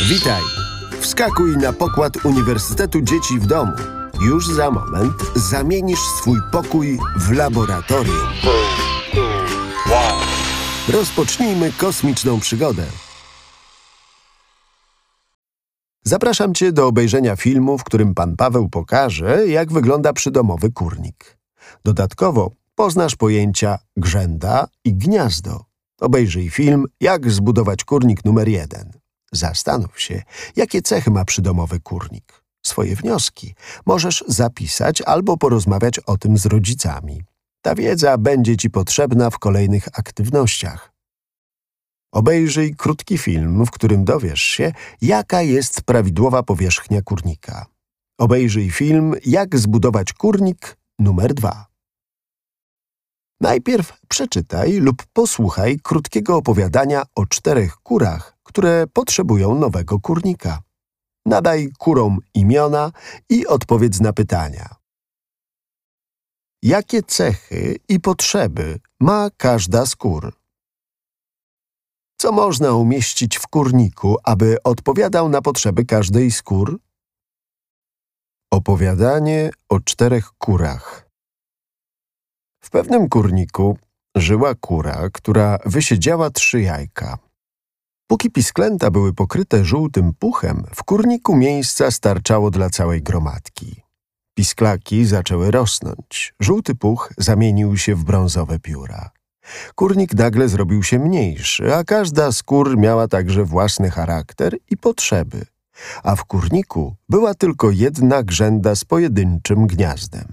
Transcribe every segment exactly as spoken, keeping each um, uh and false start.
Witaj! Wskakuj na pokład Uniwersytetu Dzieci w Domu. Już za moment zamienisz swój pokój w laboratorium. Rozpocznijmy kosmiczną przygodę. Zapraszam Cię do obejrzenia filmu, w którym Pan Paweł pokaże, jak wygląda przydomowy kurnik. Dodatkowo poznasz pojęcia grzęda i gniazdo. Obejrzyj film Jak zbudować kurnik numer jeden. Zastanów się, jakie cechy ma przydomowy kurnik. Swoje wnioski możesz zapisać albo porozmawiać o tym z rodzicami. Ta wiedza będzie Ci potrzebna w kolejnych aktywnościach. Obejrzyj krótki film, w którym dowiesz się, jaka jest prawidłowa powierzchnia kurnika. Obejrzyj film Jak zbudować kurnik numer dwa. Najpierw przeczytaj lub posłuchaj krótkiego opowiadania o czterech kurach, które potrzebują nowego kurnika. Nadaj kurom imiona i odpowiedz na pytania. Jakie cechy i potrzeby ma każda z kur? Co można umieścić w kurniku, aby odpowiadał na potrzeby każdej z kur? Opowiadanie o czterech kurach. W pewnym kurniku żyła kura, która wysiedziała trzy jajka. Póki pisklęta były pokryte żółtym puchem, w kurniku miejsca starczało dla całej gromadki. Pisklaki zaczęły rosnąć. Żółty puch zamienił się w brązowe pióra. Kurnik nagle zrobił się mniejszy, a każda z kur miała także własny charakter i potrzeby. A w kurniku była tylko jedna grzęda z pojedynczym gniazdem.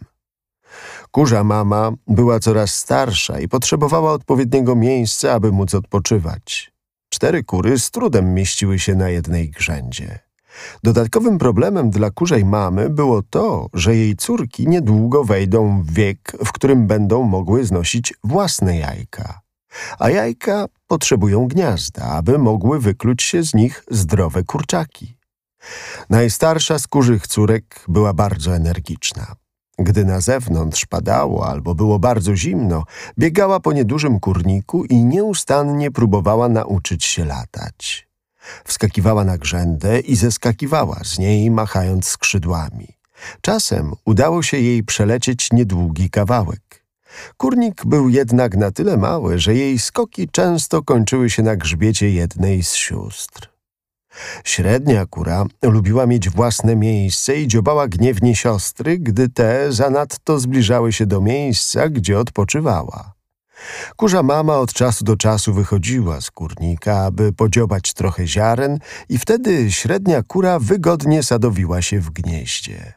Kurza mama była coraz starsza i potrzebowała odpowiedniego miejsca, aby móc odpoczywać. Cztery kury z trudem mieściły się na jednej grzędzie. Dodatkowym problemem dla kurzej mamy było to, że jej córki niedługo wejdą w wiek, w którym będą mogły znosić własne jajka. A jajka potrzebują gniazda, aby mogły wykluć się z nich zdrowe kurczaki. Najstarsza z kurzych córek była bardzo energiczna. Gdy na zewnątrz padało albo było bardzo zimno, biegała po niedużym kurniku i nieustannie próbowała nauczyć się latać. Wskakiwała na grzędę i zeskakiwała z niej, machając skrzydłami. Czasem udało się jej przelecieć niedługi kawałek. Kurnik był jednak na tyle mały, że jej skoki często kończyły się na grzbiecie jednej z sióstr. Średnia kura lubiła mieć własne miejsce i dziobała gniewnie siostry, gdy te zanadto zbliżały się do miejsca, gdzie odpoczywała. Kurza mama od czasu do czasu wychodziła z kurnika, aby podziobać trochę ziaren i wtedy średnia kura wygodnie sadowiła się w gnieździe.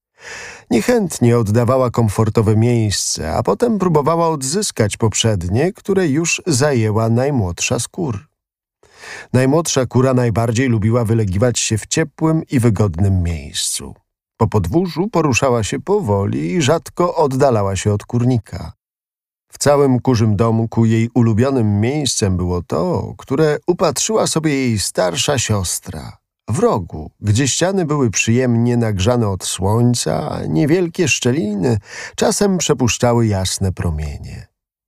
Niechętnie oddawała komfortowe miejsce, a potem próbowała odzyskać poprzednie, które już zajęła najmłodsza z kur. Najmłodsza kura najbardziej lubiła wylegiwać się w ciepłym i wygodnym miejscu. Po podwórzu poruszała się powoli i rzadko oddalała się od kurnika. W całym kurzym domku jej ulubionym miejscem było to, które upatrzyła sobie jej starsza siostra. W rogu, gdzie ściany były przyjemnie nagrzane od słońca, a niewielkie szczeliny czasem przepuszczały jasne promienie.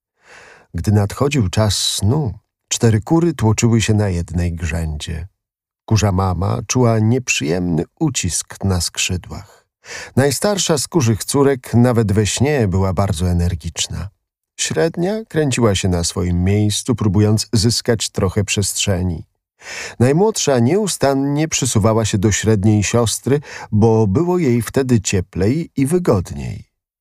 Gdy nadchodził czas snu, cztery kury tłoczyły się na jednej grzędzie. Kurza mama czuła nieprzyjemny ucisk na skrzydłach. Najstarsza z kurzych córek nawet we śnie była bardzo energiczna. Średnia kręciła się na swoim miejscu, próbując zyskać trochę przestrzeni. Najmłodsza nieustannie przysuwała się do średniej siostry, bo było jej wtedy cieplej i wygodniej.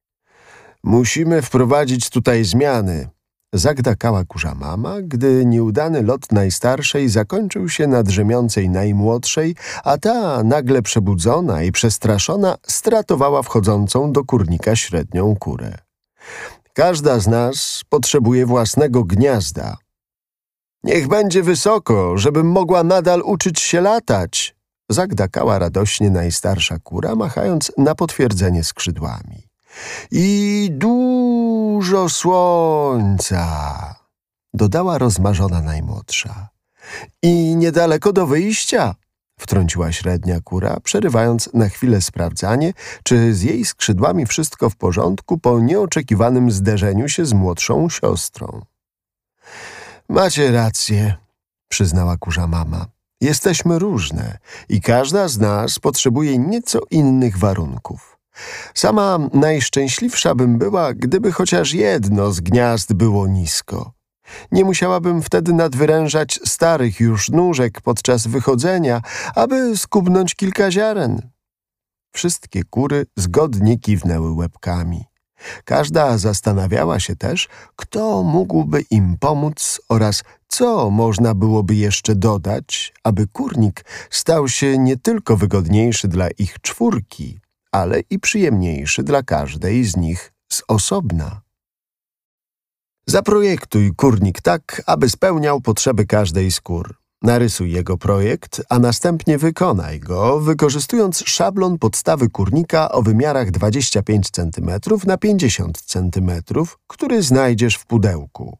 Musimy wprowadzić tutaj zmiany, zagdakała kurza mama, gdy nieudany lot najstarszej zakończył się na drzemiącej najmłodszej, a ta, nagle przebudzona i przestraszona, stratowała wchodzącą do kurnika średnią kurę. Każda z nas potrzebuje własnego gniazda. Niech będzie wysoko, żebym mogła nadal uczyć się latać, zagdakała radośnie najstarsza kura, machając na potwierdzenie skrzydłami. I dużo słońca, dodała rozmarzona najmłodsza. I niedaleko do wyjścia, wtrąciła średnia kura, przerywając na chwilę sprawdzanie, czy z jej skrzydłami wszystko w porządku po nieoczekiwanym zderzeniu się z młodszą siostrą. Macie rację, przyznała kurza mama. Jesteśmy różne i każda z nas potrzebuje nieco innych warunków. Sama najszczęśliwsza bym była, gdyby chociaż jedno z gniazd było nisko. Nie musiałabym wtedy nadwyrężać starych już nóżek podczas wychodzenia, aby skubnąć kilka ziaren. Wszystkie kury zgodnie kiwnęły łebkami. Każda zastanawiała się też, kto mógłby im pomóc oraz co można byłoby jeszcze dodać, aby kurnik stał się nie tylko wygodniejszy dla ich czwórki, ale i przyjemniejszy dla każdej z nich z osobna. Zaprojektuj kurnik tak, aby spełniał potrzeby każdej z kur. Narysuj jego projekt, a następnie wykonaj go, wykorzystując szablon podstawy kurnika o wymiarach dwadzieścia pięć centymetrów na pięćdziesiąt centymetrów, który znajdziesz w pudełku.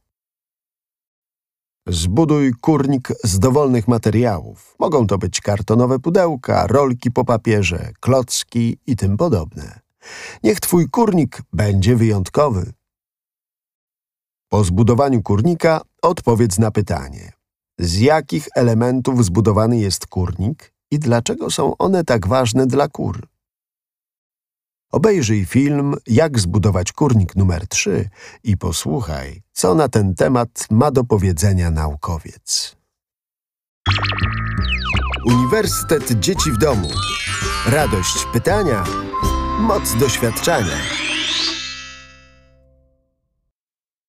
Zbuduj kurnik z dowolnych materiałów. Mogą to być kartonowe pudełka, rolki po papierze, klocki i tym podobne. Niech twój kurnik będzie wyjątkowy. Po zbudowaniu kurnika odpowiedz na pytanie: z jakich elementów zbudowany jest kurnik i dlaczego są one tak ważne dla kur? Obejrzyj film Jak zbudować kurnik numer trzy i posłuchaj, co na ten temat ma do powiedzenia naukowiec. Uniwersytet Dzieci w Domu. Radość pytania, moc doświadczania.